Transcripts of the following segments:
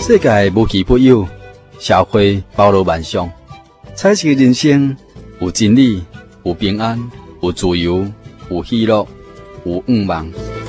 世界无奇不有，社会包罗万象。彩色的人生有真理，有平安，有自由，有喜乐，有愿望。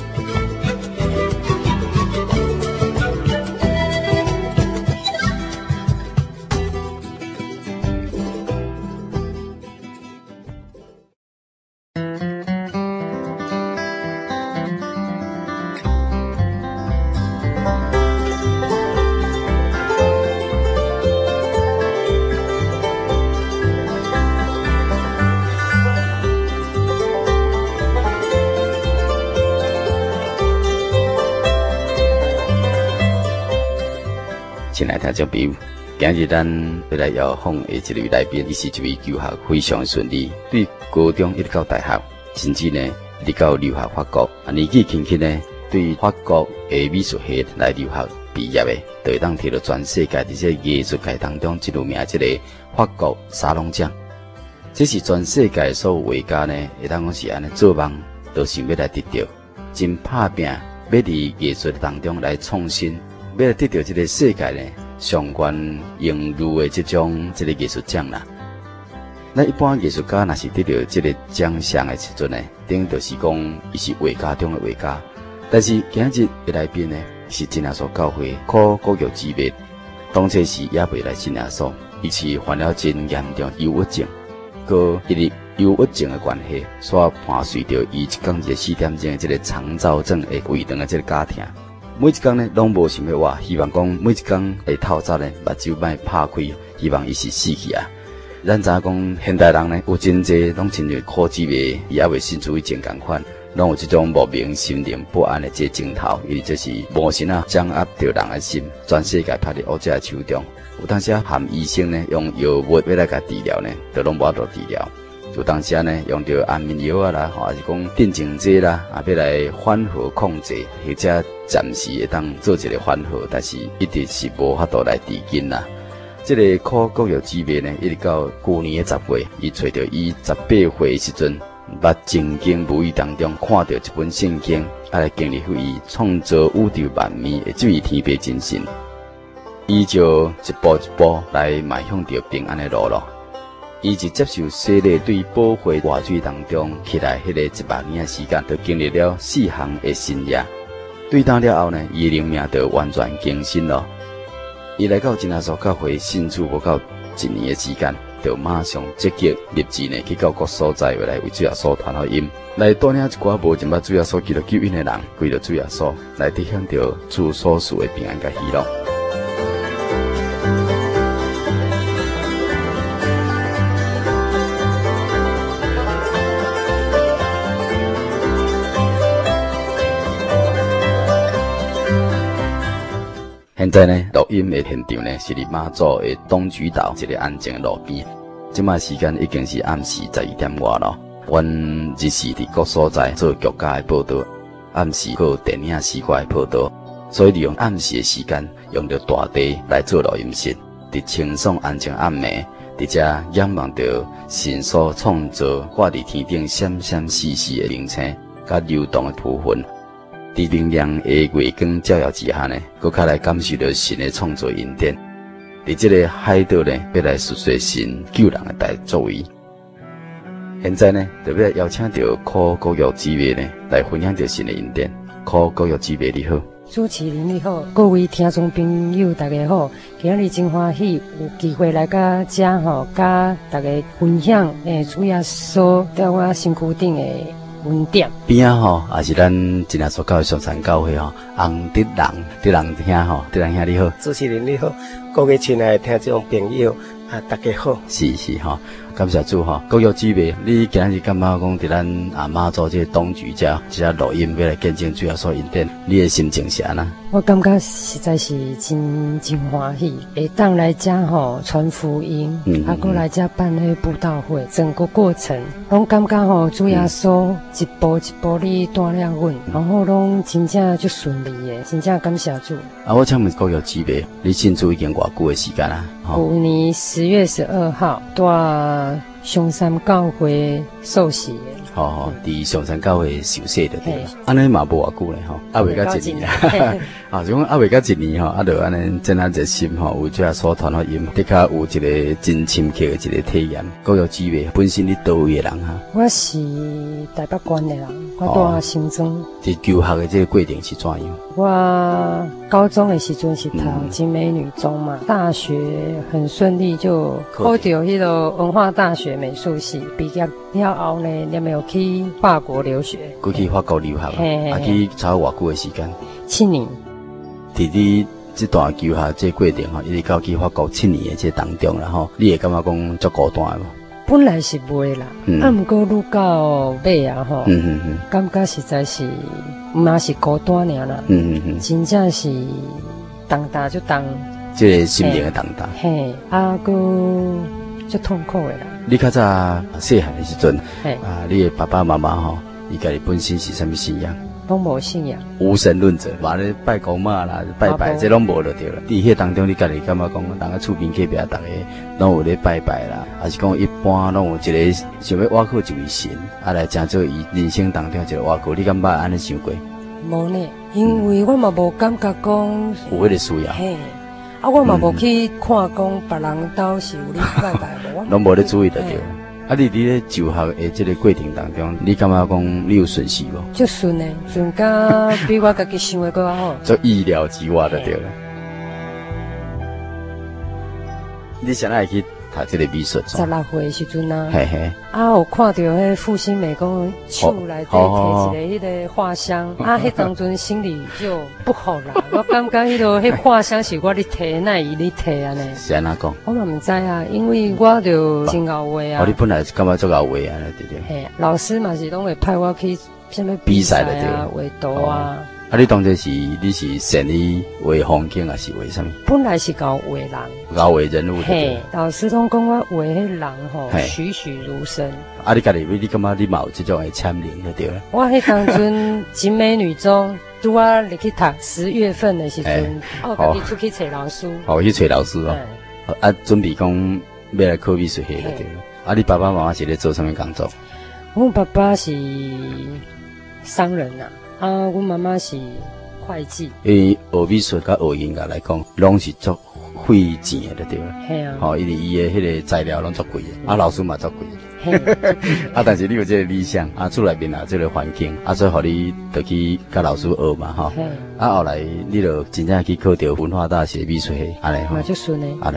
亲爱的听众朋友，今日咱要来邀访的一位来宾，伊是一位求学非常顺利，对高中一直到大学，甚至呢一直到留学法国，年纪轻轻呢，对法国的美术系来留学毕业的，就会当摕到全世界这些艺术界当中一路名这个法国沙龙奖。这是全世界所有画家呢，会当讲是安尼做梦，都想要来得到，真打拼，要伫艺术当中来创新。要来得到这个世界呢上悬荣誉的这个艺术奖啦。那一般艺术家若是得到这个奖项的时阵呢，等于就是讲伊是画家中的画家。但是今日的来宾呢，是真耶稣教会考古玉之谜，当初是也未来真耶稣，伊是患了真严重忧郁症，佮因为忧郁症的关系，所伴随着伊一天一个4点钟的这个肠躁症的胃肠的这个家庭。每一天呢，拢无想要活，希望讲每一天会透早呢，目睭莫拍开，希望伊是死去啊。咱知影讲现代人呢，有真侪拢亲像科技味，也未信主义症共款，拢有这种莫名心灵不安的这镜头，因为这是魔神啊掌握着人的心，全世界拍伫恶者的手中。有当时含医生呢，用药物要来甲治疗呢，都拢无法度治疗。有当时呢，用着安眠药啊啦，还是讲镇静剂啦，要来缓和控制，或者暂时会当做一个缓和，但是一直是无法度来治根啦。这个考古玉之谜呢，一直到去年的10月，伊找到伊18岁时阵，捌正经无意当中看到一本圣经，来经历伊创造宇宙万物的这位天父真神，伊就一步一步来迈向着平安的路咯。伊是接受洗礼对保护活水当中起来迄个1万年的时间，就经历了4项的新业。对当了后呢，伊灵命就完全更新了。伊来到真耶稣教会信主无到1年的时间，就马上积极立志呢去到各所在来为主耶稣传福音，来带领一寡无真捌主耶稣基督救恩的人，归到主耶稣，来得享到主所赐的平安甲喜乐。现在呢，录音的现场呢是伫马祖的东莒岛一个安静的路边。即卖时间已经是暗时12点外了。阮日时伫各所在做剧家的报道，暗时还有电影史歌的报道，所以利用暗时的时间，用着大地来做录音室，伫清爽安静暗暝，伫遮仰望着神所创造挂伫天顶闪闪烁烁的明星，甲流动的浮云。伫明亮的月光照耀之下呢，搁较来感受到神的创造恩典。伫这个海岛呢，要来述说神救人的大作为。现在呢，就要邀请到考古玉之谜呢，来分享着神的恩典。考古玉之谜你好， 主持人你好，各位听众朋友大家好，今日真欢喜有机会来到遮吼，甲大家分享主耶稣在我身躯顶的恩典。 边啊吼，也是咱真耶稣教会上山教会吼，洪德人兄吼，德人兄你好， 主持人你好，各位亲爱的听众朋友大家好。 是吼，感谢主吼。古玉之谜，你今日感觉讲伫咱马祖这个东莒遮录音要来见证主耶稣恩典，你的心情是安怎？ 我感觉实在是真欢喜，会当来遮吼传福音，过来遮办那布道会，整个过程拢感觉吼主耶稣一步一步哩带领阮，然后拢真正就顺利的，真正感谢主。 我请问古玉之谜，你信主已经偌久的时间啦？ 去年10月12号，带上山教会受洗的。 吼，伫上山教会受洗的对啦。安尼嘛无偌久咧吼，啊未到一年啦。啊，就讲啊未到一年吼，啊就安尼真啊热心吼，有这所传福音，的确有一个真深刻的一个体验。各有滋味，本身你倒位的人哈？ 我是台北县的人，我住新庄。 伫求学的这个过程是怎样？ 我高中的时阵是读景美女中嘛，大学很顺利就考到迄个文化大学美术系，毕业了后呢，你没有去法国留学？ 去法国留学啊，去差偌久的时间 ？7年。 伫你这段求学这过程吼，一直到去法国7年的这当中，然后你会感觉讲足孤单无？ 本来是袂啦，不过愈到尾啊吼，感觉实在是嘛是孤单尔啦，真正是重大就重， 这个心灵的重大， 嘿，个就痛苦的啦。 你较早细汉的时阵，你的爸爸妈妈吼，伊家己本身是啥物信仰？ 拢无信仰， 无神论者，话咧拜公妈啦，拜拜，这拢无就对了。伫迄当中，你家己感觉讲，人家厝边隔壁，大家拢有咧拜拜啦，还是讲一般拢有一个想要挖靠一位神，来成做伊人生当中一个挖靠。你敢捌安尼想过？ 无呢，因为我嘛无感觉讲有迄个需要。 嘿，我嘛无去看讲别人兜是有咧拜拜无， 拢无咧注意就对了。啊！你咧就学的这个过程当中，你感觉讲你有顺势无？ 就顺的，顺甲比我家己想的更好。 做意料之外就对了。你现在会去读这个美术 ？16岁时阵啊， 嘿嘿。 有看到迄复兴美工手内底摕一个迄个画箱，迄当阵心里就不好啦。我感觉迄个迄画箱是我咧摕，那伊咧摕安尼。 是安怎讲？ 我嘛唔知啊，因为我就真后悔啊。 你本来感觉做后悔啊，对不对？ 嘿，老师嘛是拢会派我去什么比赛啊、画图啊。 你当初你是选你画风景还是画什么？ 本来是搞画人， 搞画人物嘿，老师拢讲我画迄人吼，栩栩如生。 你家己你感觉你嘛有这种的潜能就对了。 我迄当阵景美女中，拄啊入去读10月份的时阵，我家己出去找老师。 去找老师哦。准备讲要来考美术系就对了。你爸爸妈妈是咧做什么工作？ 我爸爸是商人啊。我妈妈是会计。 学美术甲学音乐来讲，拢是足费钱的，对了。 系啊。 因为伊的迄个材料拢足贵的，老师嘛足贵的。但是你有这个理想，厝内面这个环境，所以互你就去甲老师学嘛，吼。后来你就真正去考到文化大学美术系，安尼吼。 嘛足顺的。 安尼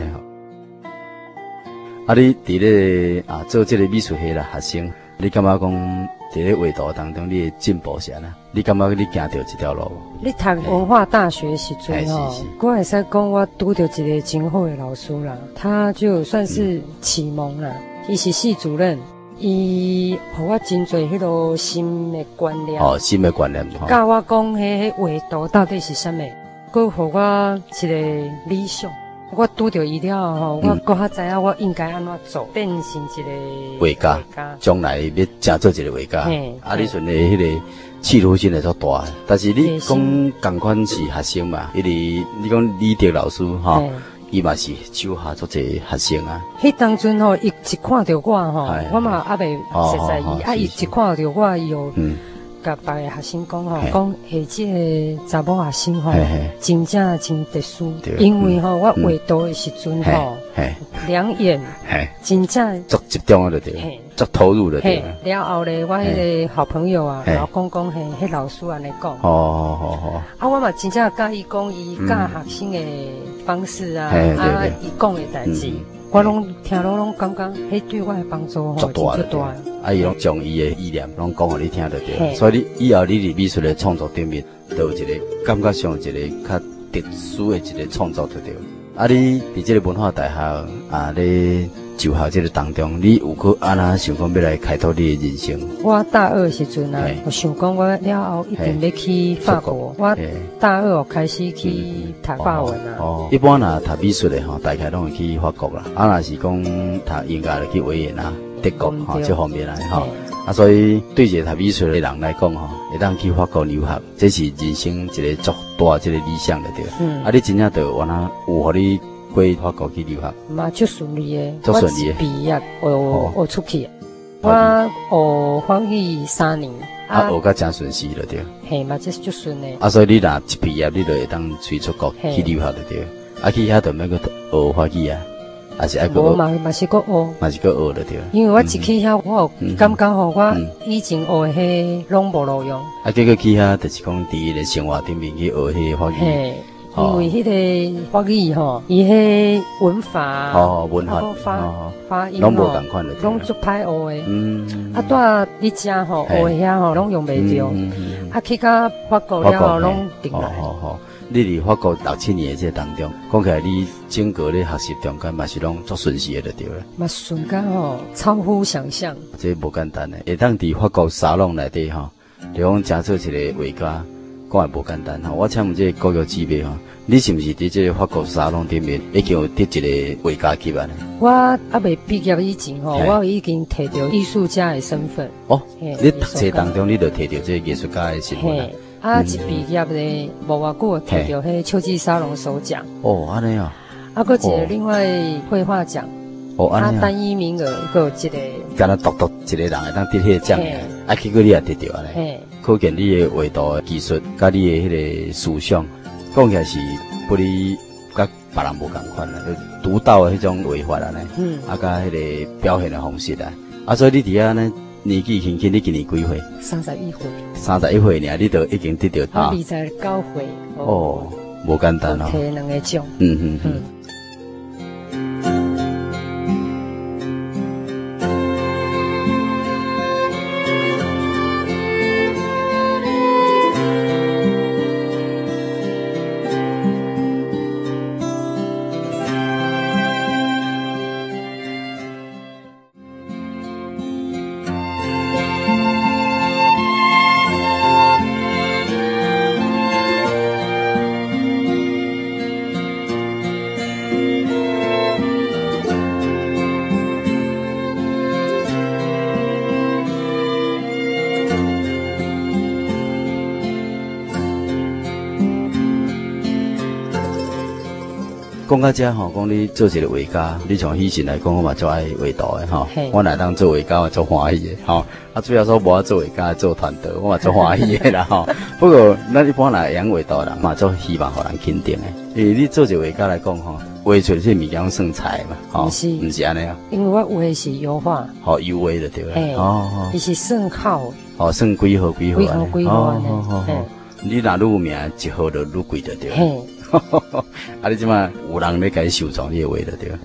吼。你伫咧做这个美术系啦学生，你感觉讲？在咧画图当中，你的进步是安怎？你感觉你行到这条路？ 你读文化大学时阵我会使讲我拄到一个真好的老师啦，他就算是启蒙啦。伊是系主任，伊互我真侪迄个新的观念。 新的观念。 教我讲迄画图到底是啥物，佮互我一个理想。我拄到伊了后，我搁较知影我应该安怎做，变成一个画家，将来要成做一个画家。你阵的迄个企图心会足大，但是你讲同款是学生嘛，因为你讲李德老师伊嘛是手下足侪学生啊。 迄当阵伊一看到我我嘛还袂熟悉伊，伊一看到我伊有。甲别个学生讲讲下即个查某学生真正真特殊，因为我画图的时阵两眼真正足集中的对，足投入的对。 了后咧，我迄个好朋友老公讲迄老师安尼讲，我嘛真正甲伊讲伊教学生的方式伊讲的代志。我拢听了拢感觉，迄对我的帮助真大。 伊拢将伊的意念拢讲互你听得对，所以你以后你伫美术的创作顶面，都有一个感觉上一个较特殊的一个创作对。你伫这个文化大学咧就学这个当中，你有去安那想讲要来开拓你的人生？ 我大二时阵我想讲我了后一定要去法国。我大二开始去读法文一般读美术的大概拢会去法国啦。若是讲读音乐就去维也纳、德国这方面来所以对一个读美术的人来讲会当去法国留学，这是人生一个足大这个理想的对。你真正就有互你归法国去留学？ 嘛，足顺利的， 足顺利的。 毕业我出去，我学法语3年， 学到真顺势了对。 嘿，嘛，这足顺的。 所以你若一毕业，你就会当随出国去留学了对。去遐就免去学法语啊，还是爱学？ 嘛是个学， 嘛是个学了对。 因为我一去遐，我感觉吼，我以前学的迄拢无路用。 结果去遐就是讲，伫个生活顶面去学迄法语。 嘿，因为迄个法语吼，伊迄文法， 文法， 发音拢无共款了， 拢足歹学的。带你遮吼学的遐吼，拢用袂着。去到法国了后，拢定来。 你伫法国6-7年的这当中，讲起来你整个咧学习中间嘛是拢足顺势的就对了。 嘛顺间吼，超乎想象。 这无简单的，会当伫法国沙龙内底吼，就讲真做一个画家，讲也无简单吼。我请问这个高级姊妹吼，你是不是伫这个法国沙龙顶面已经有得一个画家级啊？ 我还未毕业以前吼，我已经摕到艺术家的身份。 你读册当中你就摕到这个艺术家的身份啊？ 一毕业咧，无偌久摕到迄秋季沙龙首奖。 安尼啊。 搁一个另外绘画奖。 安尼啊。 单一名额搁有一个。 敢若独一个人会当得迄个奖结果你也得到安尼。可见你的画图的技术，甲你的迄个思想，讲起来是不离甲别人无共款啦，独到的迄种画法啦呢。甲迄个表现的方式啦。所以你伫遐呢？年纪轻轻，你今年几岁 ？31岁。 31岁尔，你就已经得到我29岁。 无简单哦。 摕2个奖。 讲到这吼，讲你做一个画家，你从以前来讲，我嘛最爱画图的吼。我来当做画家，我做欢喜的吼。主要说无法做画家，做团队，我嘛做欢喜的啦吼。不过咱一般来养画图人嘛，做希望互人肯定的。因为你做一个画家来讲吼，画出这物件算菜嘛，吼，毋是安尼啊。 因为我画是油画， 油画就对了。 伊是算号， 算几号几号呢？ 你若愈有名，一号就愈贵就对了。你即马有人咧甲收藏你的画了对。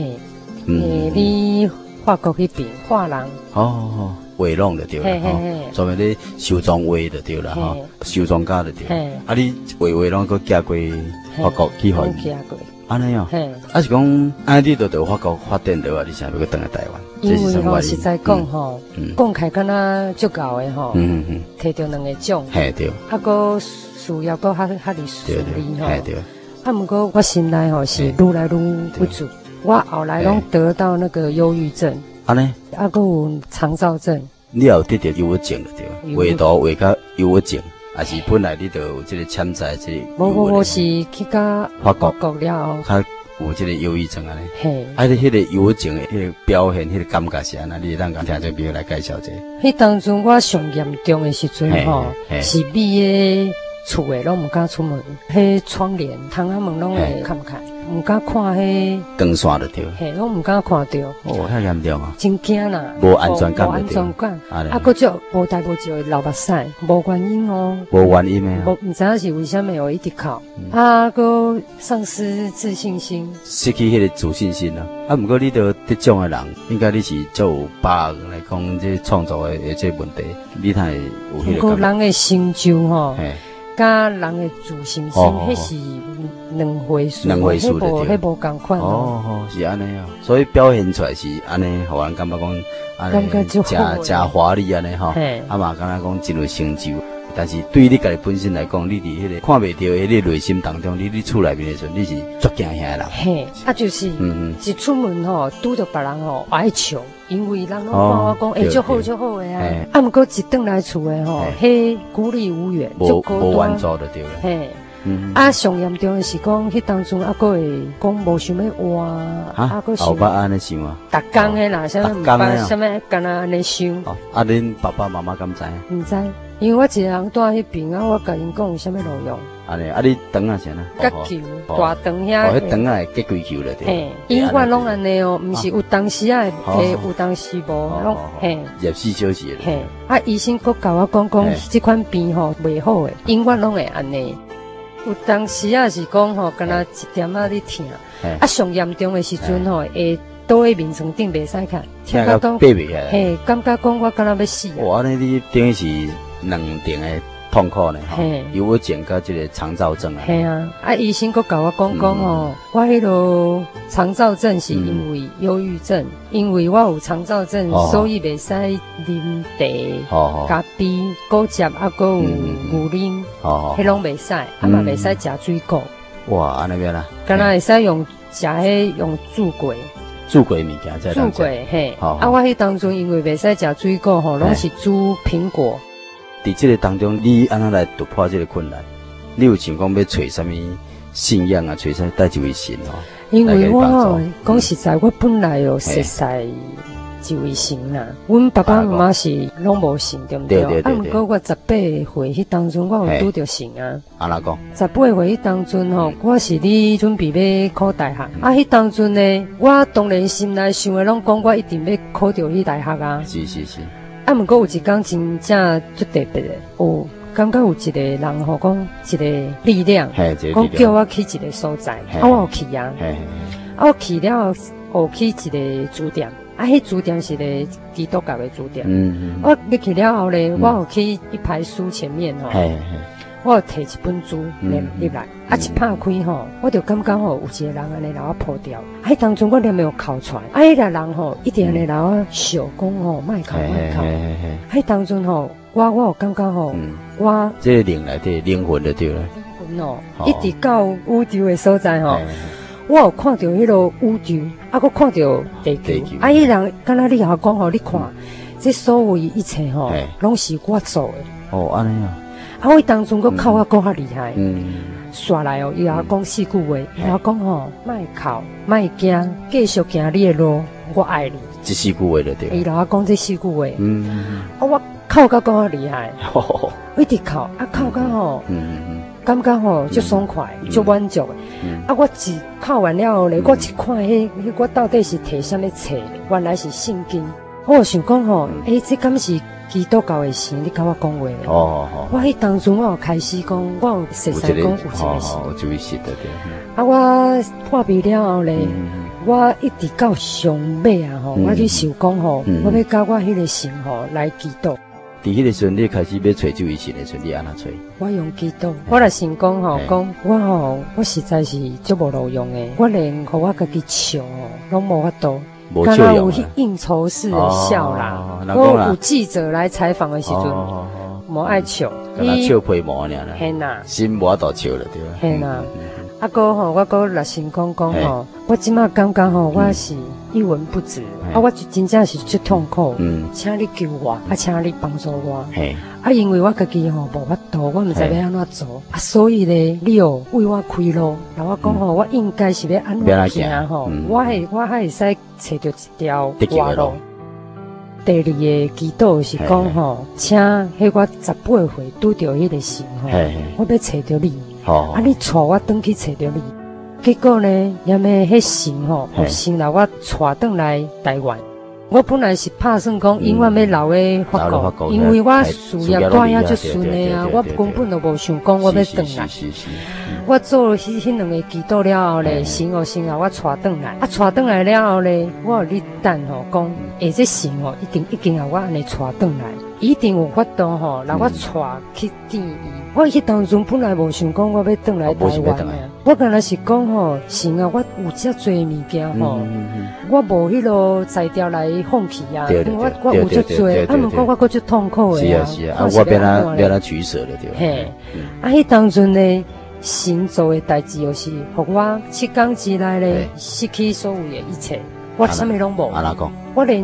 你法国迄边画廊画廊就对了，专门咧收藏画就对了哈，收藏家就对。你画廊佮寄过法国去画？ 寄过。 安尼啊？是讲你都到法国发展的话，你想要去回来台湾？ 因为吼实在讲吼，讲起敢若足够的吼，摕到2个奖， 对。 个事业搁较顺利吼， 对。 毋过我心内吼是愈来愈不足，我后来拢得到那个忧郁症， 安尼， 搁有肠躁症。 你也有得到忧郁症了对？画图画到忧郁症，还是本来你就有这个潜在这？ 我是去到法国了后， 有这个忧郁症安尼。 你迄个忧郁症的迄个表现，迄个感觉是安尼？你当讲听众朋友来介绍者。 迄当中我上严重的时阵吼，是闭个厝诶，拢毋敢出门。迄窗帘、窗仔门拢会看开，毋敢看迄光线就对。 拢毋敢看到。 遐严重啊！ 真惊啦！ 无安全感， 无安全感。搁就无代无志会流目屎，无原因哦。 无原因诶。 毋知影是为虾米会一直哭，搁丧失自信心， 失去迄个自信心啦。毋过你得得奖诶人，应该你是做有把握来讲这创作诶这问题，你才有迄个。 个人诶成就吼。甲人的自信心，迄是两回事，迄无共款。 是安尼啊，所以表现出来是安尼，互人感觉讲安尼，真华丽安尼吼。嘛，敢若讲真有成就。但是对你家己本身来讲，你伫迄个看袂到的迄个内心当中，你厝内面的时阵，你是足惊遐人。 就是一出门吼，拄着别人吼，我爱笑，因为人拢看我讲，足好足好的啊。毋过一转来厝的吼，迄孤立无援， 无援助就对了。 上严重的是讲，迄当中还佫会讲无想要活，佫后捌安尼想啊， 逐工的啦，啥物毋捌，啥物干那安尼想。 恁爸爸妈妈敢知？ 毋知，因为我一个人住迄边啊，我甲因讲有啥物路用。 安尼，你肠啊啥呢？ 结球，大肠遐。 迄肠啊会结规球了对。 嘿，医院拢安尼哦，毋是有当时啊会有当时无，拢嘿。 入死小事。 嘿，医生佫甲我讲即款病吼袂好诶，医院拢会安尼。有当时啊是讲吼，敢若一点仔咧疼，上严重的时阵吼会倒喺眠床顶袂使看， 听到讲爬袂起来， 嘿，感觉讲我敢若要死。 哇，安尼你等于是两重的痛苦呢，有我见到这个肠躁症啊。 系啊，医生佫甲我讲吼，我迄个肠躁症是因为忧郁症，因为我有肠躁症，所以袂使啉茶、咖啡、果汁，佫有牛奶，迄拢袂使，嘛袂使食水果。 哇，安尼边啦？ 敢若会使用食迄用煮过。 煮过物件在煮过嘿，我迄当中因为袂使食水果吼，拢是煮苹果。 伫这个当中，你安怎来突破这个困难？你有想讲要找什么信仰啊？找啥带一位神哦？ 因为我讲实在，我本来有熟悉一位神啦。阮爸爸妈妈是拢无信，对不对？啊，毋过我18岁迄当中，我有拄着神啊。 安怎讲 ？18岁迄当中吼，我是咧准备要考大学。啊，迄当中呢，我当然心内想的拢讲，我一定要考着迄大学啊。 是。 啊，毋过有一工真正足特别的，感觉有一个人吼讲一个力量，讲叫我去一个所在，我有去啊。我去了后，去一个书店，迄书店是个基督教的书店。我入去了后咧，我有去一排书前面吼，我有摕一本书入来，一拍开吼，我就感觉吼有一个人安尼甲我破掉，迄当中我念没有哭出来，迄个人吼一定安尼甲我笑讲吼，莫哭。迄当中吼，我有感觉吼，我这个灵内底灵魂就对了， 灵魂哦，一直到宇宙的所在吼，我有看到迄个宇宙，佫看到地球，迄人敢若你甲我讲吼，你看这所有一切吼，拢是我做的。 哦，安尼啊。 我当中佫哭佫较厉害，刷来哦，伊也讲4句话，伊也讲吼，莫哭，莫惊，继续行你的路，我爱你。 这4句话就对。 伊老讲这4句话，我哭到佫较厉害，我一直哭，哭到吼，感觉吼足爽快，足满足的。我一哭完了后咧，我一看迄我到底是摕啥物册，原来是圣经。我想讲吼，这敢是基督教的神？你甲我讲话咧。我迄当中我有开始讲，我有实在讲有一个神。 有一位神对。 我破病了后咧，我一直到上尾啊吼，我去想讲吼，我要甲我迄个神吼来祈祷。 伫迄个时阵，你开始要找这位神的时阵，你安怎找？ 我用祈祷，我来想讲吼，讲我吼，我实在是足无路用的，我连互我家己笑吼，拢无法度。刚刚有应酬式的笑啦，我有记者来采访的时阵，无爱笑， 伊笑皮毛尔啦， 嘿呐， 心无法度笑了对吧？ 嘿呐，哥吼，我哥来先讲吼，我即马感觉吼，我是一文不值，我就真正是足痛苦，请你救我，请你帮助我，因为我家己吼无法度，我毋知要安怎做，所以咧，你有为我开路，然后我讲吼，我应该是要安怎行吼，我还会使找到一条活路。第二个祈祷是讲吼，请迄我18岁拄着迄个神吼，我要找到你，你带我转去找到你。结果呢，也咩迄神吼，先来我带转来台湾。我本来是打算讲永远要留喺法国，因为我事业带也足顺的啊，我根本就无想讲我要转来。我做了迄两个祈祷了后咧，神哦先来我带转来，带转来了后咧，我有你等吼讲，这神哦一定要我安尼带转来，一定有法度吼，让我带去见伊。我迄当中本来无想讲我要转来台湾的，我刚才是讲吼，神啊，我有遮侪物件吼，我无迄落才调来放弃啊，我有足侪，毋过我足痛苦的啊。 是啊，我要来取舍了对。 嘿，迄当中呢，神做的代志就是，互我7天之内咧失去所有的一切，我啥物拢无。 安怎讲？ 我连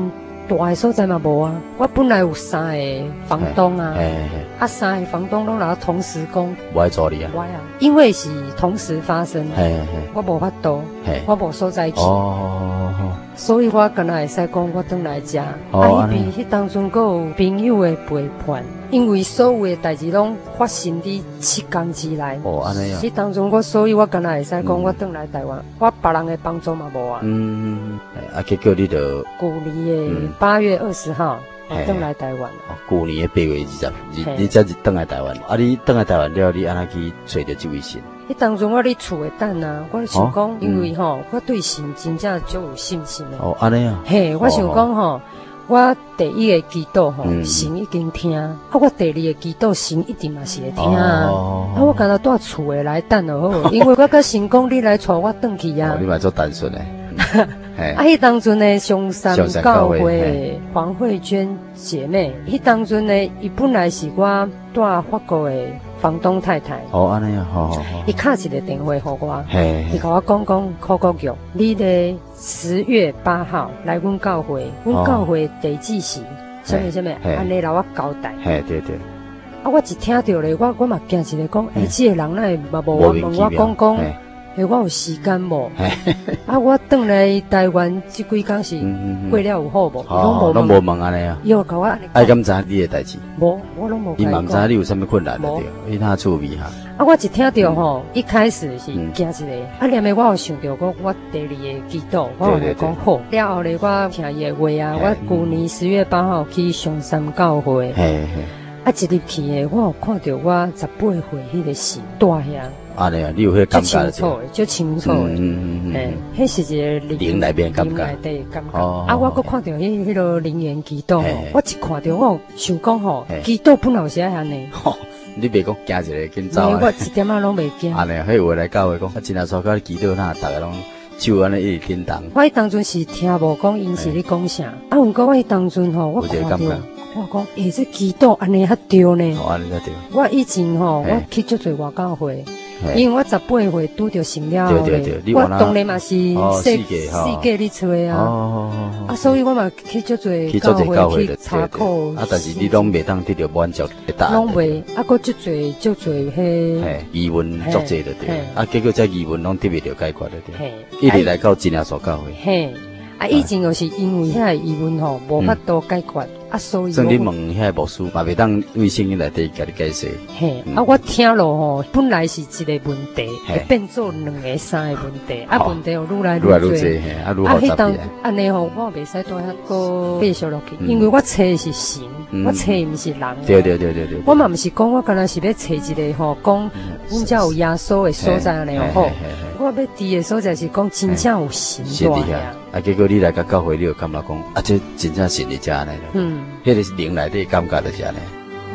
大的所在嘛无啊。我本来有3个房东啊，啊3个房东拢来同时讲， 我爱做你啊， 我啊，因为是同时发生，我无法度，我无所在去，所以我敢若会使讲我转来遮。啊，迄边迄当中阁有朋友的陪伴，因为所有的代志拢发生伫7天之内。 哦，安尼啊。 迄当中所以我敢若会使讲我转来台湾，我别人的帮助嘛无啊。 啊，结果你就去年的8月20号。转来台湾， 去年的8月20，你才是转来台湾。啊，你转来台湾了，你安怎去找到这位神？ 迄当中我伫厝的等啊，我想讲，因为我对神真正足有信心的。 哦，安尼啊。 嘿，我想讲我第一个祈祷神已经听，啊，我第二个祈祷神一定嘛是会听啊。啊，我干那住厝的来等就好，因为我甲神讲你来带我转去啊。 你嘛做单纯的。 啊，迄当阵呢，上山教会黄慧娟姐妹，迄当阵呢，伊本来是我住法国的房东太太。 哦，安尼啊，好。 伊敲一个电话给我，伊甲我讲考古局，你咧10月8号来阮教会，阮教会地址是什么，安尼来我交代。 对。 啊，我一听到咧，我嘛惊一个讲，这个人哪会嘛无问我讲。我有时间无？啊，我转来台湾这几天是过了有好无？ 拢无问安尼啊。 伊甲我安尼。 爱敢知你的代志？ 无，我拢无。 伊嘛唔知你有啥物困难对，伊他趣味哈。 啊，我一听到一开始是惊一个，啊，连尾我有想到我第2个祈祷，我有讲好。了后咧，我听伊的话啊，我去年10月8号去上山教会。啊，一入去的，我有看到我18岁迄个神大遐。 啊，你有迄感觉就清楚的，迄是一个灵内边感觉， 啊，我搁看到迄个灵言祈祷，我一看到我想讲祈祷本来是安尼， 你别讲惊一个紧走， 我一点仔拢袂惊。 安尼，迄话来教会讲，真啊，所甲祈祷那，大家拢手安尼一直叮当。 我迄当阵是听无讲因是咧讲啥，啊，不过我迄当阵我看到。我讲，这祈祷安尼较对呢。 安尼较对。 我以前我去足侪外教会，因为我18岁拄着神了后我当然嘛是世界咧找啊。啊，所以我嘛去足侪教会去查考。 啊，但是你拢袂当得到满足的答案。 拢袂，啊，搁足侪迄疑问足侪的对。啊，结果这疑问拢得袂到解决的对。一直来到真耶稣教会。 嘿，啊，以前就是因为遐疑问无法度解决。啊，所以你问遐牧师，嘛袂当为圣经内底甲你解释。 嘿，啊，我听了本来是一个问题，会变做2个、3个问题，啊，问题愈来愈多， 啊，迄当安尼我袂使多遐个继续落去，因为我找的是神，我找毋是人。 对。 我嘛毋是讲我干那是要找一个讲阮遮有耶稣的所在安尼好，我要伫的所在是讲真正有神在啊。 啊，结果你来甲教会，你就感觉讲，啊，这真正神伫遮安尼了。迄个是灵内底感觉就是安尼。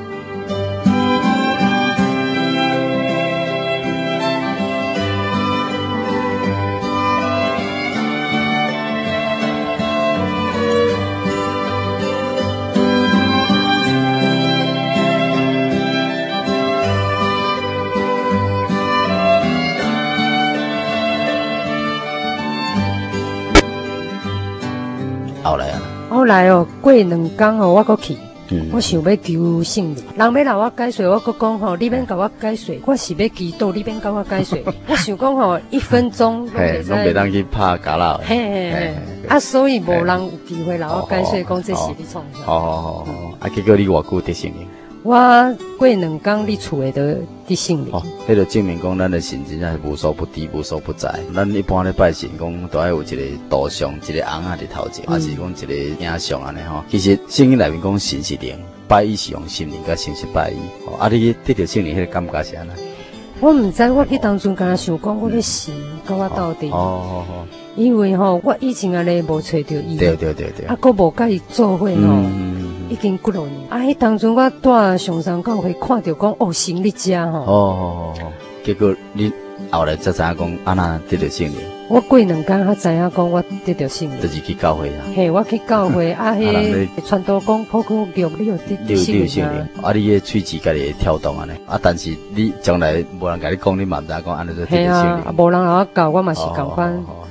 后来过2天我搁去，我想要求圣灵，人要让我解释，我搁讲你免甲我解释，我是要祈祷，你免甲我解释。我想讲1分钟拢袂当去拍假啦。 嘿，啊，所以无人有机会让我解释，讲这是你创啥。 啊，结果你偌久得圣灵？ 我过2天你厝的得圣灵。 迄就证明讲咱的神真正是无所不知、无所不在。咱一般咧拜神，讲都爱有一个图像、一个翁仔伫头前，还是讲一个影像安尼吼。其实圣经内面讲神是灵，拜伊是用心灵甲诚实拜伊。啊，你得到圣灵迄个感觉是安尼？ 我毋知，我去当初敢想讲我咧神甲我到底。因为我以前安尼无找到伊。 对。 啊，佫无甲伊做伙已经几多年。啊，迄当初我住上山教会看到讲神伫遮结果你后来才知影讲安那得到圣灵。 我过2天才知影讲我得到圣灵。 就是去教会啊。 嘿，我去教会啊，迄传道讲考古局你有得圣灵啊。 啊，你迄喙齿家己会跳动安尼。啊，但是你将来无人甲你讲，你嘛毋知讲安尼就得到圣灵。 嘿啊，无人甲我教，我嘛是共款。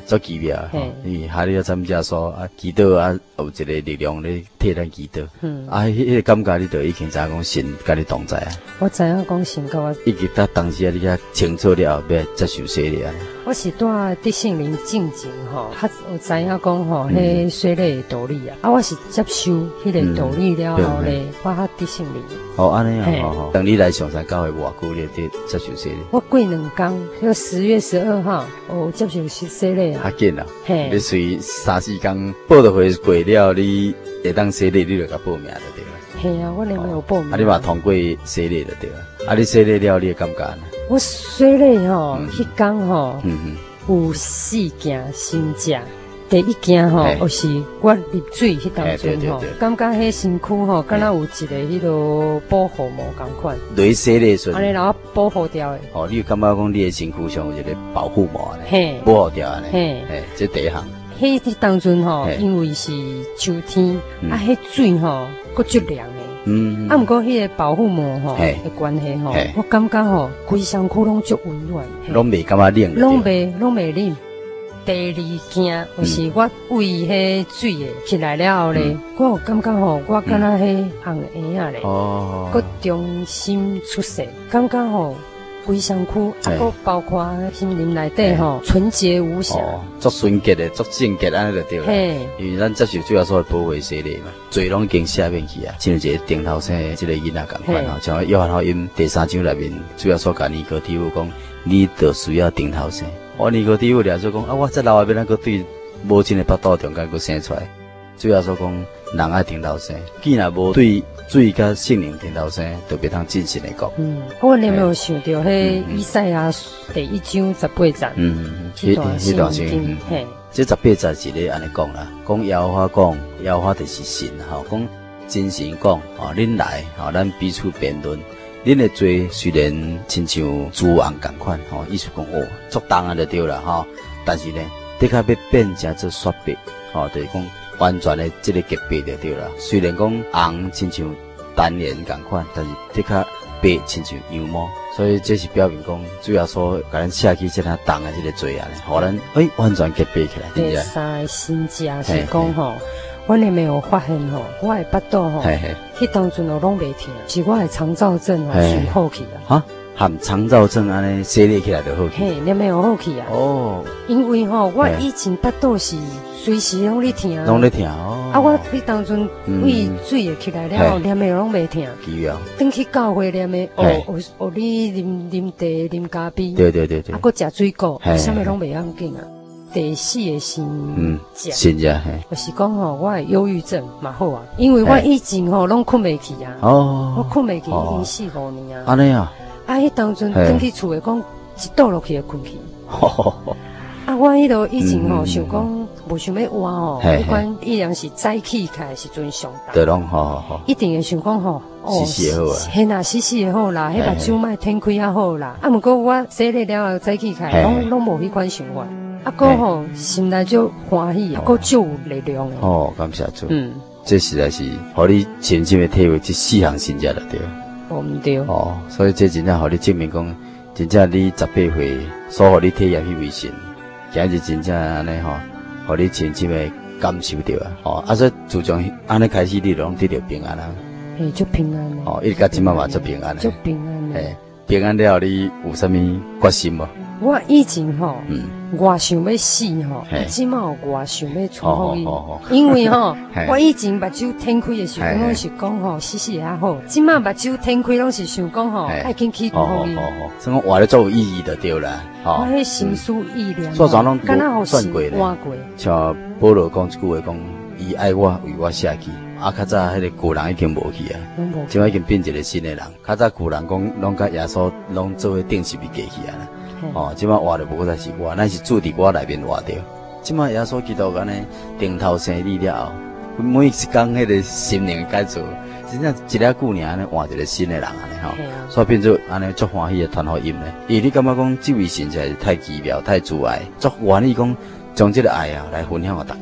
足奇妙吼，因为哈利要参加说啊，祈祷啊，有一个力量咧替咱祈祷。啊，迄个感觉你就已经知讲神甲你同在啊。 我知影讲神甲我， 以及他当时啊，你较清楚了后，要接受洗礼啊。 我是住伫圣灵进前吼，有知影讲吼，迄洗礼的道理啊。啊，我是接受迄个道理了后咧，我较伫圣灵。 哦，安尼啊，好好。等你来上山教会偌久，你得接受洗礼？ 我过2天，就10月12号，我接受洗礼啊。 较紧啊，你随3-4天报道会过了，你会当洗礼，你就甲报名就对了。 系啊，我连没有报名。 啊，你嘛通过洗礼就对了。啊，你洗礼了，你的感觉呢？ 我洗礼吼，迄天吼，有4件心食。第一件吼，就是我入水迄当中吼，感觉迄身躯吼，敢若有一个迄个保护膜同款。 对洗礼时， 安尼然后保护掉的。 哦，你有感觉讲你的身躯上有一个保护膜咧，保护掉安尼。嘿，这第一项。 迄当中吼，因为是秋天，啊，迄水吼，佫足凉的。啊，毋过迄个保护膜吼的关系吼，我感觉吼，规身躯拢足温暖。 拢袂感觉冷。 拢袂冷。第二件就是我喂迄水的起来了后咧，我有感觉吼，我敢若迄红婴仔咧，佮中心出世，感觉吼规身躯，啊，佮包括心灵内底吼纯洁无瑕， 足纯洁的，足圣洁安尼就对了。因为咱接受主要所保护洗礼嘛，罪拢已经写免去啊，亲像一个顶头生的这个囡仔共款吼，像约翰福音第3章内面，主要所甲尼哥底母讲，你就需要顶头生。我尼哥底母了说讲啊，我这老下边那个对母亲的腹肚中间佫生出来，主要说讲人爱顶头生，既然无对水甲圣灵顶头生，就别通真心的讲。 我你有没有想到迄以赛亚第1章18节？迄段圣经， 这18节是咧安尼讲啦，讲耶和华讲，耶和华就是神吼，讲真神讲，恁来，咱彼此辩论。恁的罪虽然亲像朱红同款，意思讲足重啊就对啦，但是呢，的确要变成做雪白，就是讲完全的这个洁白就对啦。虽然讲红亲像丹莲同款，但是的确白亲像羊毛，所以这是表明讲主要说甲咱写起这样重的这个罪啊，互咱完全洁白起来。 第三个心结是讲吼。我也没有发现吼，我的腹肚吼，迄当阵哦拢袂痛，是我的肠燥症哦顺好去啊。 哈，含肠燥症安尼洗礼起来就好去。 嘿，你没有好去啊？哦，因为吼，我以前腹肚是随时拢咧痛， 拢咧痛哦。 啊，我迄当阵胃水会起来了，念的拢袂痛。 奇妙。 等去教会念的，学你啉茶、啉咖啡。 对。 啊，搁食水果，啥物拢袂要紧啊。第4个心真正嘿， 就是讲吼，我的忧郁症嘛好啊，因为我以前吼拢困袂去啊，我困袂去已经4-5年啊。 安尼啊， 迄当阵转去厝诶，讲一倒落去就困去。啊，我迄落以前吼想讲无想要活吼，不管依然是早起起来时阵上当， 对拢好， 一定会想讲吼， 洗好啊， 嘿啦，洗好啦，迄目睭莫天开啊好啦。啊，毋过我洗了了后早起起来，拢无迄款想法。啊，哥吼，心内就欢喜，啊，哥就有力量的。 感谢主。这实在是，互你深深的体会这4项心结了对。 毋对。 所以这真正互你证明讲，真正你18岁所互你体验迄位神，今日真正安尼吼，互你深深的感受到啊。所以自从安尼开始，你拢得到平安啊。 嘿，足平安的。 一直到今嘛足平安的。 足平安的。 平安了，你有啥物决心无？ 我以前吼，我想要死吼，即马我想要出好伊，因为吼，我以前目睭天开的时候，拢是讲吼死也好，即马目睭天开拢是想讲吼，爱紧去出好伊。 所以讲活咧做有意义就对啦。 我迄心思意念， 所以拢敢若有算过咧。 像保罗讲一句话讲，伊爱我为我舍去。啊，较早迄个古人已经无去啊，即摆已经变一个新的人。较早古人讲，拢甲耶稣拢做伙定是未过去啊。即摆活着无过才是我，咱是住伫我内面活着。即摆耶稣基督安尼顶头生你了后，每一工迄个心灵改造，真正一了久年安尼换一个新的人安尼吼，所以变做安尼足欢喜的传福音咧。因为你感觉讲这位神实在是太奇妙、太慈爱，足愿意讲将这个爱啊来分享给大家。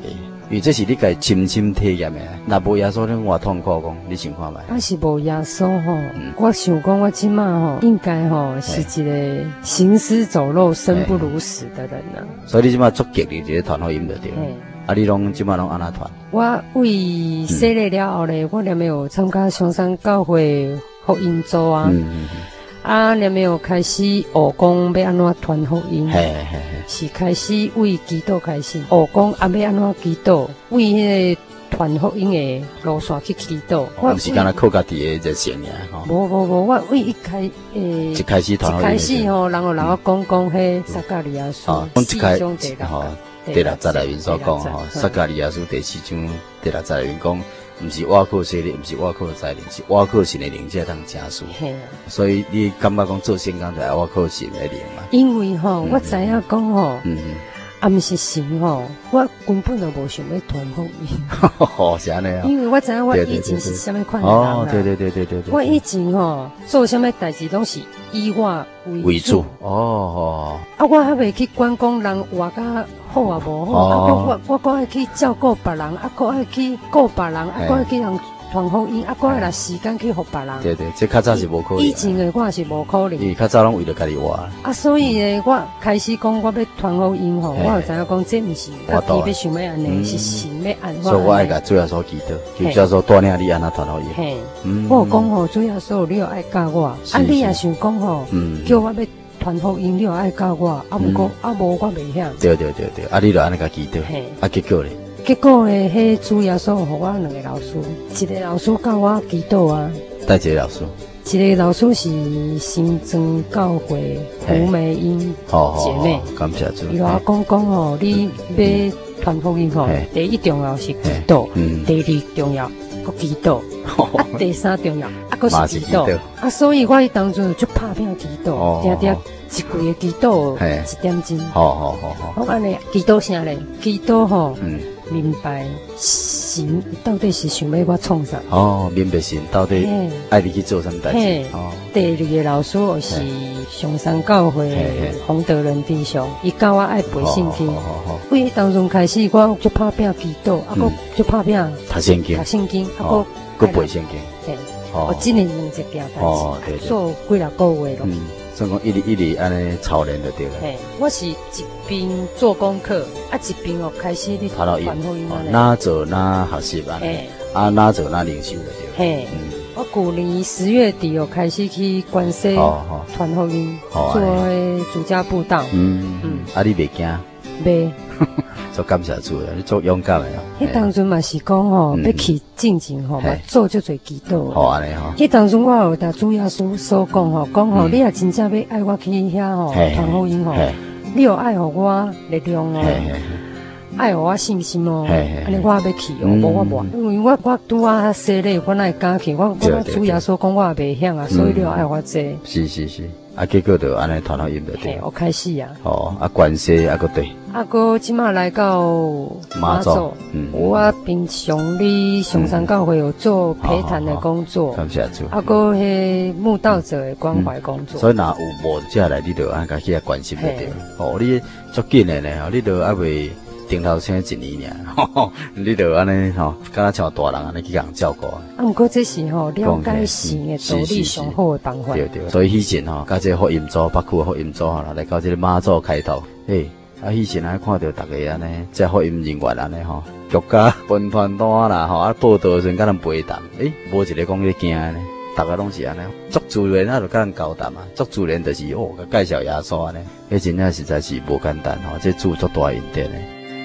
因为这是你家亲身体验的，若无耶稣，你偌痛苦讲，你想看觅？ 是无耶稣吼，我想讲我即马吼，应该吼是一个行尸走肉、生不如死的人啊。 所以你即马足极力伫咧传福音就对。啊，你即马拢安那传？ 我为洗礼了后咧，我连没有参加香山教会福音组啊。连没有开始学讲要安怎传福音，是开始为祈祷开始学讲要安怎祈祷，为迄个传福音的路线去祈祷。 我毋是干那靠家己的热心尔吼。 无，我为一开始传福音，一开始吼，人来我讲迄撒迦利亚书4章第6节里面所讲吼，撒迦利亚书第4章第6节里面讲。毋是我靠势力，毋是我靠财力，是我靠神的灵才通成事。所以你感觉讲做圣工就爱我靠神的灵嘛？ 因为吼，我知影讲吼，毋是神吼，我根本就无想要传福音。 是安尼啊？ 因为我知影我以前是啥物款的人啊。 对。 我以前吼做啥物代志拢是以我为主。我还未去管讲人活甲好啊无好，我搁爱去照顾别人，搁爱去顾别人，搁爱去人传福音，搁爱拿时间去互别人。 对，这较早是无可能。 以前的我是无可能。 因为较早拢为了家己活。 所以呢，我开始讲我要传福音吼，我就知影讲这毋是家己要想要安尼，是神要安。 所以我爱甲主耶稣祈祷，就叫做带领你安那传福音。 我讲吼，主耶稣你又爱教我，你也想讲吼，叫我要。传福音你又爱教我，无我袂晓。 对，你就安尼甲祈祷，结果咧？ 结果咧，迄主耶稣互我2个老师，一个老师教我祈祷啊。 带一个老师？ 一个老师是新庄教会胡美英姐妹， 感谢主。 伊就讲吼，你要传福音吼，第一重要是祈祷，第2重要搁祈祷，第3重要搁是祈祷。所以我迄当阵就拍拼祈祷，定定一柜的祈祷1点钟。好。我安尼祈祷啥咧？祈祷吼，明白神到底是想要我创啥？ 明白神到底爱你去做什么代志？ 第2个老师是上山教会洪德仁弟兄，伊教我爱背圣经。为迄当中开始，我就拍拼祈祷，搁就拍拼读圣经，搁背圣经。 我今年2件代志，做几6个月咯。 所以讲一直安尼操练就对了。 我是一边做功课，一边开始咧传福音安尼。 哪做哪学习安尼，哪做哪灵修就对。 我去年10月底开始去关西传福音，做主家布道。 你袂惊？ 袂。 做感谢主你做勇敢的哦。 迄当阵嘛是讲吼，要去进前吼，嘛做足侪祈祷。 安尼吼。 迄当阵我有甲主耶稣所讲吼，你也真正要爱我去遐吼传福音吼，你有爱互我力量哦，爱互我信心哦，安尼我要去哦，无我无，因为我拄啊洗礼，我哪会敢去？我主耶稣讲我也袂晓啊，所以你要爱我做。 是。结果就安尼传福音就对。 我开始啊。 关系搁对。 搁即马来到马祖，我平常哩上山教会有做陪谈的工作， 感谢主。 搁迄慕道者的关怀工作。 所以若有无接下来，你就安甲去关心就对。你足紧的呢，你就还未顶头前1年尔，你就安尼敢若像大人安尼去人照顾。 毋过这是了解神的道理上好的办法。 对，所以以前甲这福音组北区的福音组来到这个马祖开头，以前看到大家安尼，这福音人员安尼国家分团单啦报道的时阵甲人陪谈，无一个讲你惊呢，大家拢是安尼，足自然就甲人交谈嘛，足自然就是甲介绍耶稣安尼，真正实在是无简单这主足大恩典的。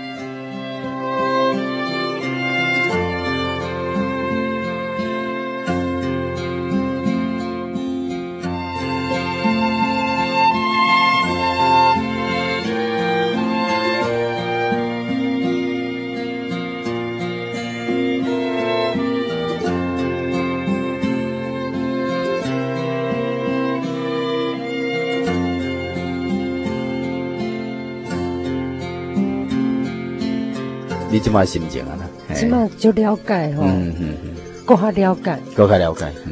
你即摆心情啊？即摆就了解吼，搁较了解，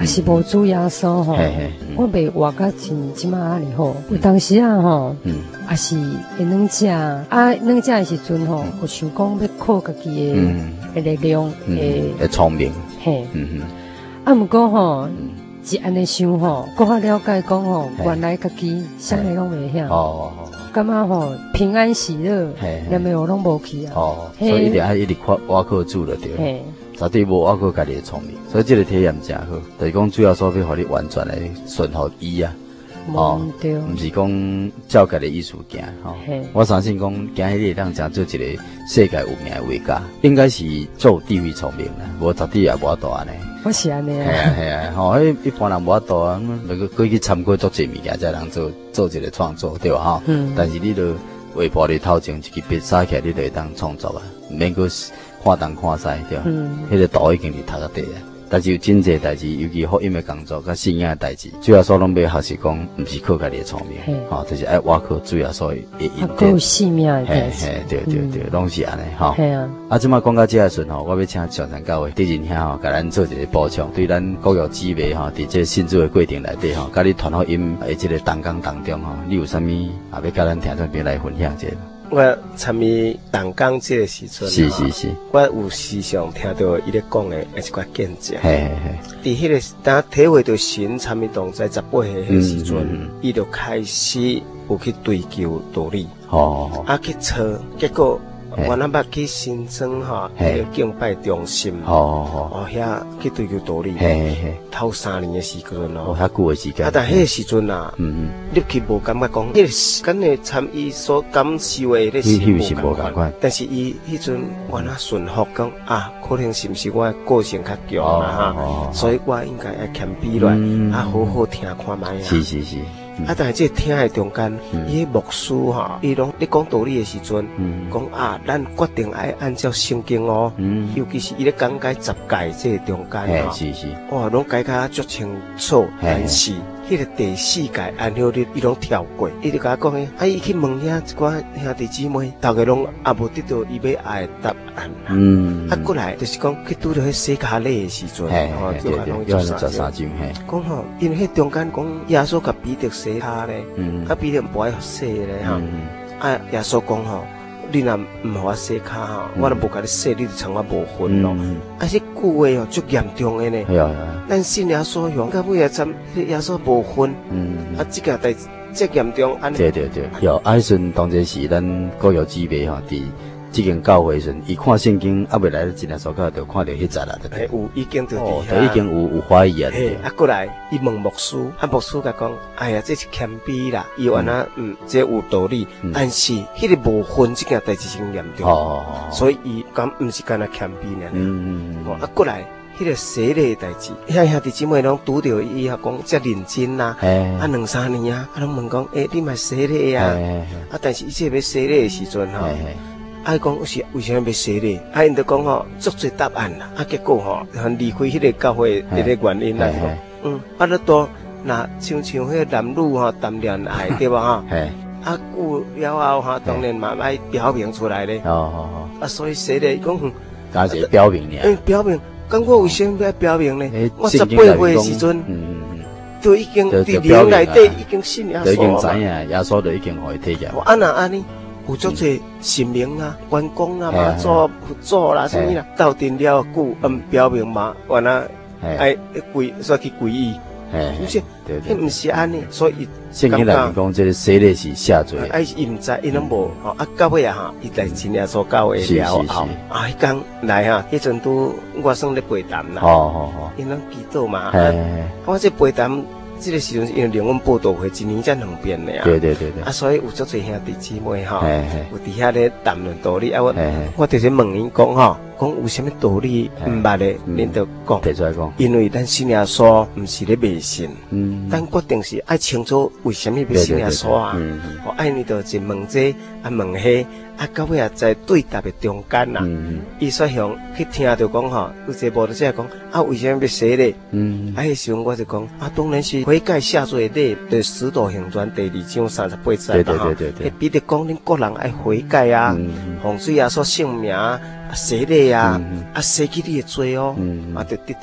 也是无主耶稣吼，我袂活甲真即马安尼好。有当时啊吼，也是会软食，软食的时阵吼，有想讲要靠家己的力量， 会聪明， 嘿，毋过吼。是安尼想吼，更较了解讲吼，原来家己啥物拢袂晓。感觉吼平安喜乐，连咩拢无去啊。 所以一定要一直挖靠主了对。绝对无挖靠家己的聪明，所以这个体验真好。就是讲主要所要互你完全的顺服伊啊。 对， 唔是讲照家己意思行我相信讲行迄个当真做一个世界有名的画家，应该是做智慧聪明啦，无绝对也无法度安尼。 我是安尼啊， 系啊，迄一般人无法度啊，那个过去参过足侪物件，才能做一个创作，对吧？但是你都画布里头前一支笔撒起来，你就会当创作啊，免个看东看西，对吧？迄个图已经是头壳底啊。但是有真侪代志，尤其福音的工作、甲信仰的代志，主要所拢要学习讲，毋是靠家己的聪明，就是爱挖靠主要所的引导。 够性命的代志， 对，拢是安尼吼。 系啊。 即摆讲到这个时阵吼，我要请上山教会伫人遐吼，甲咱做一个补充，对咱各有姊妹吼，伫这信主的过程内底吼，甲你传福音的这个同工当中吼，你有啥物也要甲咱听众朋友来分享一下？ 我参与同工这个时阵， 是， 我有时常听到伊咧讲的一寡见证。伫迄个当体会到神参与同在18岁迄时阵，伊就开始有去追求道理，去找，结果我那捌去新庄哈，迄个敬拜中心，遐去追求道理，头3年的时阵遐久的时间。 但迄个时阵啊，入去无感觉讲，迄个跟你参与所感受的迄个是无共款。但是伊迄阵我那顺服讲可能是毋是我个性较强啦哈，所以我应该要谦卑来，好好听看卖啊。 是。 但是这听的中间，伊牧师哈，伊拢你讲道理的时阵，讲咱决定爱按照圣经哦，尤其是伊咧讲解10诫这中间哈， 是， 拢解较足清楚，但是迄个第4诫按照伊拢跳过，伊就甲我讲伊去问遐一寡兄弟姊妹，大家拢也无得到伊要爱的答案过来就是讲去拄到迄洗脚礼的时阵， 对，要13章， 讲吼，因为迄中间讲耶稣甲彼得洗脚咧，彼得不爱洗咧耶稣讲吼，你若唔互我洗脚吼，我若无甲你洗，你就称我无分咯。这句话足严重的呢。咱信耶稣用到尾啊，参耶稣无分。这件代志这严重安尼。 对，迄阵当然是咱各有姊妹吼，伫这间教会时，伊看圣经未来真正所讲，就看到迄节啦， 有已经就已经有怀疑啊。 过来，伊问牧师，牧师甲讲，哎呀，这是谦卑啦，伊原来这有道理，但是迄个无分这件代志真严重，所以伊敢毋是干那谦卑呢。过来，迄个洗礼代志，兄弟姊妹拢拄着伊讲遮认真啦，2-3年拢问讲，你嘛洗礼啊？但是伊这要洗礼的时阵吼。讲是为什么要洗礼？因就讲足侪答案啦。结果离开迄个教会迄个原因啦。那多那像迄个男女谈恋爱对吧？久了后当然嘛爱表明出来咧。所以洗礼讲， 加一个表明呢。 表明，咁我为什么要表明呢？我18岁的时阵，就已经伫灵内底已经信耶稣嘛。已经知影耶稣就已经互伊体验。 安尼。有足侪神明员工嘛做辅助啦，什么啦，斗阵了久，表明嘛，原来爱说去皈依，不是？迄毋是安尼，所以圣经内面讲，这个洗礼是下罪。 伊毋知，伊拢无到尾伊来真耶稣教会了后，迄天来迄阵都我算咧陪谈啦，因拢祈祷嘛，我这陪谈。这个时阵是因为连阮报道会1年才2遍的对。 所以有足侪兄弟姊妹有伫遐咧谈论道理我就是问因讲讲有啥物道理毋捌的，恁就讲提出来讲。因为咱信耶稣毋是咧迷信，咱决定是爱清楚为什么要信耶稣爱你就一问这问迄。到尾在对答的中间啦，伊说向去听到讲有一个无就这讲为什么要洗礼？迄时候我就讲当然是悔改下罪礼，就《使徒行传》第2章38节啦。对。彼得讲恁个人爱悔改洪水所圣名洗礼洗去你的罪就得到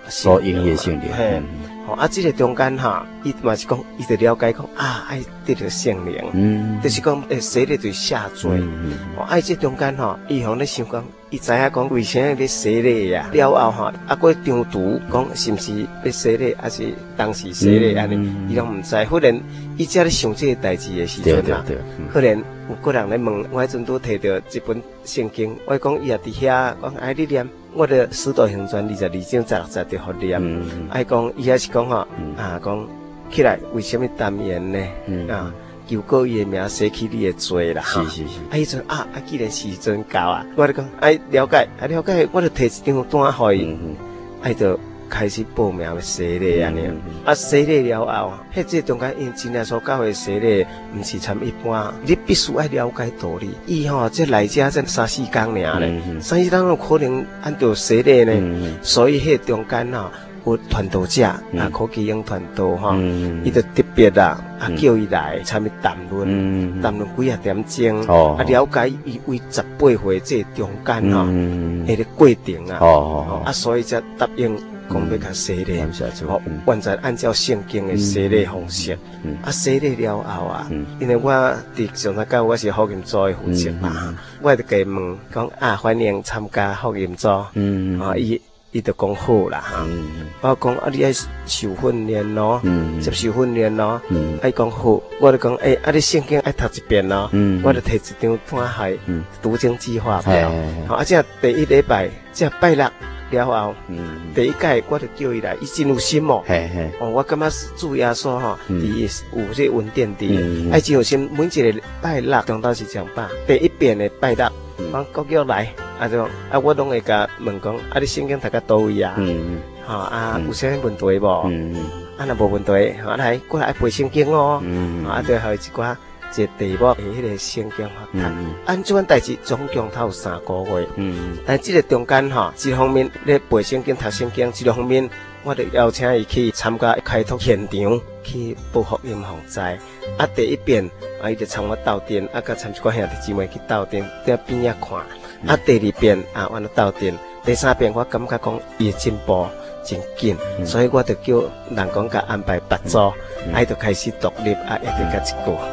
所应的性灵。 这个中间哈，伊嘛是讲，伊就了解讲爱得到圣灵，就是讲洗礼对下罪。这中间哈，伊好咧想讲，伊知影讲为啥要洗礼呀？了后哈，过张图讲是毋是要洗礼，还是当时洗礼安尼，伊拢毋知。忽然伊才咧想这个代志的时阵啊，忽然有个人咧问，我迄阵都摕到一本圣经，我讲伊也伫遐讲，你念。我的《使徒行传》22章16节就好念，讲伊也是讲讲起来为什么耽延呢？求告伊的名，洗去你的罪啦。是。迄阵既然时阵到啊，我就讲了解，我就摕一张单互伊，就开始报名要洗礼安尼。洗礼了后，这中间因真正所教的洗礼，毋是参一般，你必须要了解道理。伊这来遮才3-4天尔咧，3-4天有可能按照洗礼呢。所以迄中间有传道者柯基英传道伊就特别叫伊来参与谈论几啊点钟，了解伊为18岁这中间迄个过程所以才答应。讲要甲洗礼，完全按照圣经的洗礼方式。洗礼了后因为我伫上头教我是福音组的负责嘛，我就给问讲欢迎参加福音组。伊就讲好啦我讲你爱受训练咯，接受训练咯。讲好，我就讲你圣经爱读一遍咯。我就摕一张单还读经计划表。这第一礼拜，这拜六。了后，第一届我就叫伊来，伊真有心我感觉主耶稣伊有这稳定的，真有心。每一个拜六中昼是上班，第一遍的拜六，我国叫来，我拢会甲问讲，你圣经读到倒位啊？有啥问题无？若无问题，来过来背圣经哦。就还有一寡。这题目的迄个圣经法读，这款代志总共有3个月。但这个中间一方面咧背圣经、读圣经，一方面我就邀请伊去参加开拓现场，去报福音防灾。第一遍伊就参我斗阵，甲参一寡兄弟姊妹去斗阵，在边仔看。第二遍我就斗阵，第3遍我感觉讲伊的进步真紧，所以我就叫人讲甲安排8组，就开始独立一个甲一个。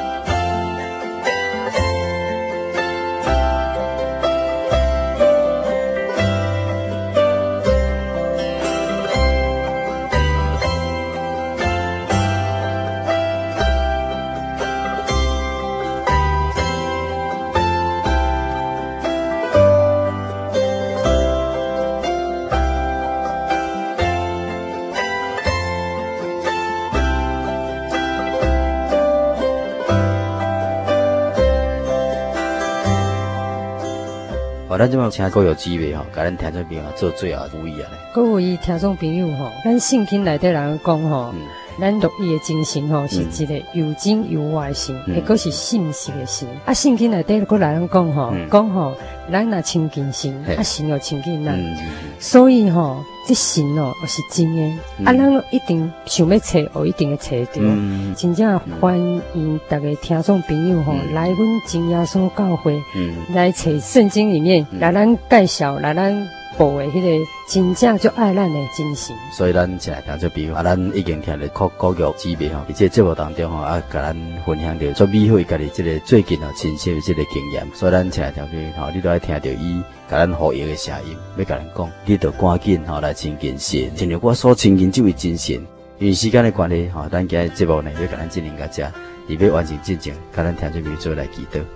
咱即摆请各有机会甲咱听众朋友做最后注意咧。 各位听众朋友咱圣经内底人讲咱乐意的精神是一个有真有活的神，还阁是信实的神。圣经内底阁来人讲咱若亲近神，神又亲近咱。所以这神是真的。咱一定想要找，一定会找到。真正欢迎大家听众朋友来阮真耶稣教会，来找圣经里面来咱介绍，来咱报的迄个真正就爱咱的精神。 所以咱现在听做比如咱已经听了各国姊妹伫这节目当中甲咱分享到做美好家己这个最近亲身的这个经验。所以咱现在听比你都爱听到伊甲咱呼应的声音，要甲咱讲，你着赶紧来亲近神，亲像我所亲近这位真神。因为时间的关系咱今日节目呢要甲咱进行到这，而要完成进程，甲咱听做朋友做来祈祷。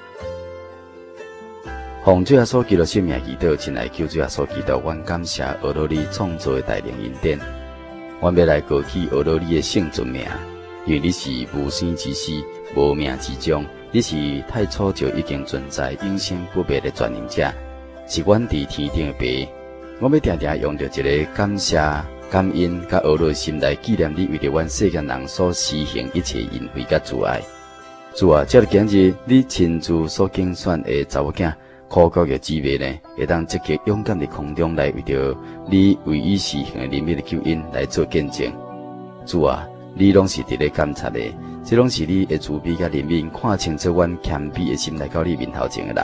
奉主耶稣基督圣名祈祷，亲爱求主耶稣基督，阮感谢俄罗你创造的大能恩典，阮要来高举俄罗你的圣尊名，因为你是无生之始，无命之终，你是太初就已经存在、永生不灭的全能者，是阮伫天顶的爸。我要常常用着一个感谢、感恩，甲俄罗心来纪念你为着阮世间人所施行一切恩惠甲慈爱。主啊，这个今日你亲自所竞选的查某囝。苦国的姊妹呢，会当积极勇敢的空中来为着你为伊施行的怜悯的救恩来做见证。主啊，你拢是伫咧监察的，这拢是你的慈悲甲怜悯看清楚阮谦卑的心来到你面头前的人，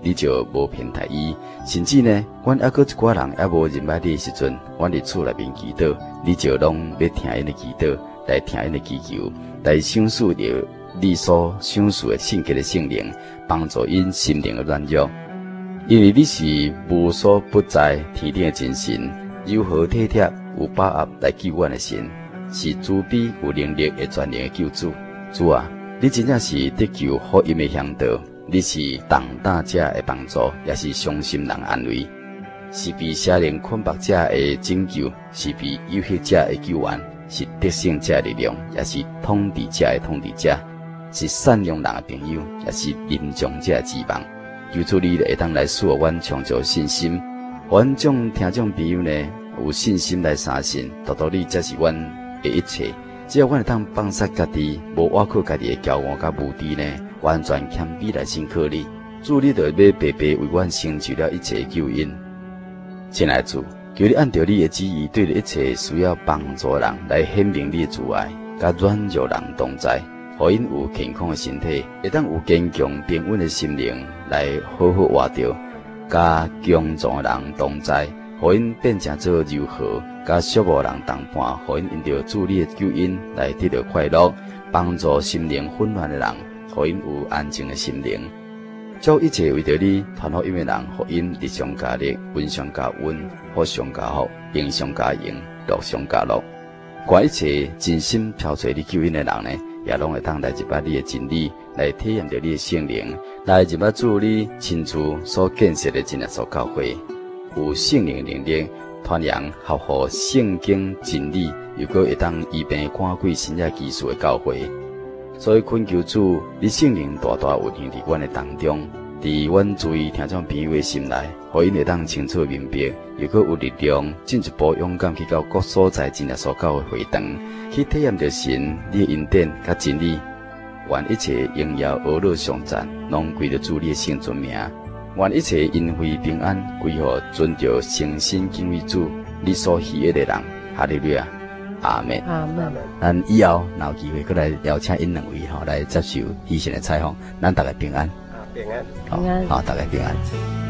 你就无偏袒伊。甚至呢，阮还佫一寡人还无认捌你的时阵，阮伫厝内面祈祷，你就拢要听因的祈祷，来听因的祈求，来享受着你所享受的圣洁的圣灵，帮助因心灵的软弱。因为你是无所不在、天顶的真神，柔和体贴、有把握来救阮的神，是慈悲有能力的全能的救主。主啊，你真正是得救福音的向导。你是重担者的帮助，也是伤心人安慰，是被邪灵捆绑者的拯救，是被有血者的救援，是得胜者的力量，也是统治者的统治者，是善良人的朋友，也是临终者的指望。求主你会当来赐予阮充足信心，阮众听众朋友呢有信心来相信，独独你才是阮的一切。只要阮会当放下家己，无挖苦家己的骄傲甲无知呢，完全谦卑来信靠你。主你就要白白为阮成就了一切的救恩。亲爱的主，求你按照你的旨意，对一切需要帮助的人来显明你的慈爱，甲软弱人同在，互因有健康的身体，会当有坚强平稳的心灵来好好活着，甲强壮的人同在，互因变成做柔和，甲寂寞人同伴，互因因着主你的救恩来得到快乐，帮助心灵混乱的人，互因有安静的心灵。将一切为着你传福音的人，互因日上加力，温上加温，福上加福，迎上加迎，乐上加乐。愿一切真心飘出你救恩的人呢，也拢会当来入捌你的真理，来体验着你的圣灵，来入捌主你亲自所建设的真耶稣教会，有圣灵能力传扬合乎圣经真理，又搁会当医病赶鬼神业技术的教会。所以恳求主，你圣灵大大运行伫阮的当中，伫阮注意听众朋友的心内，互因会当清楚明白，又搁有力量，进一步勇敢去到各所在真耶稣教会会堂，去体验着神你的恩典甲真理。愿一切荣耀俄乐颂赞，拢归着主你的圣尊名。愿一切恩惠平安归予尊着诚心敬畏主你所喜悦的人。哈利路亚。阿门。 阿门。 咱以后若有机会，过来邀请因两位来接受医生的采访。咱大家平安。 平安。 平安。 好，大家平安。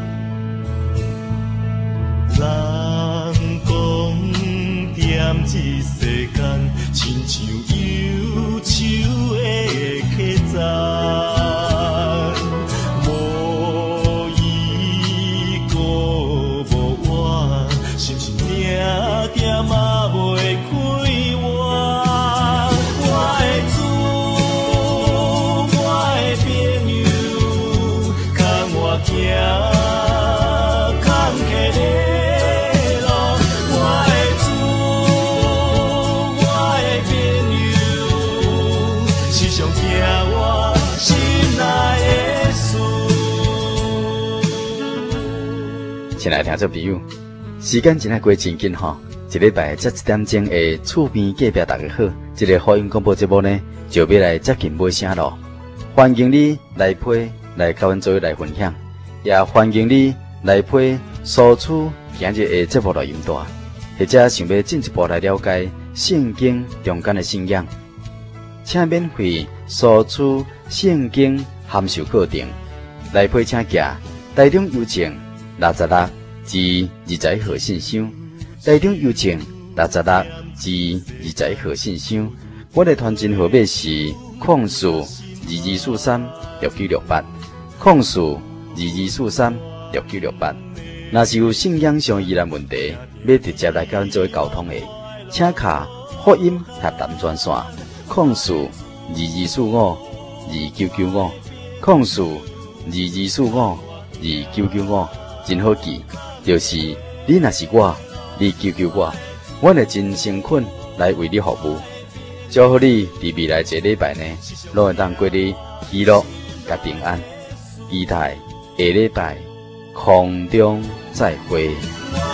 人讲点一世间，亲像忧愁的客栈，无依无我，心情定定嘛袂开我。我的主，我的朋友，牵我行。 亲爱的听众朋友，时间真系过真紧吼，一礼拜才1点钟的厝边隔壁大家好，这个福音广播节目呢，就要来接近尾声咯。欢迎你来陪来跟阮做伙来分享，也欢迎你来陪索取今日的节目录音带，或者想要进一步来了解圣经中间的信仰，请免费索取圣经函授课程，来陪请假台中邮政66至21号信箱，台中邮政66至21号信箱。我的传真号码是0422436968，0422436968。若是有信仰上疑难问题，要直接来跟阮做沟通的，请卡福音洽谈专线0422452995，0422452995，真好记。就是你若是我，你救救我，我会真诚恳来为你服务。祝福你伫未来一个礼拜呢，拢会当过你喜乐甲平安。期待下礼拜空中再会。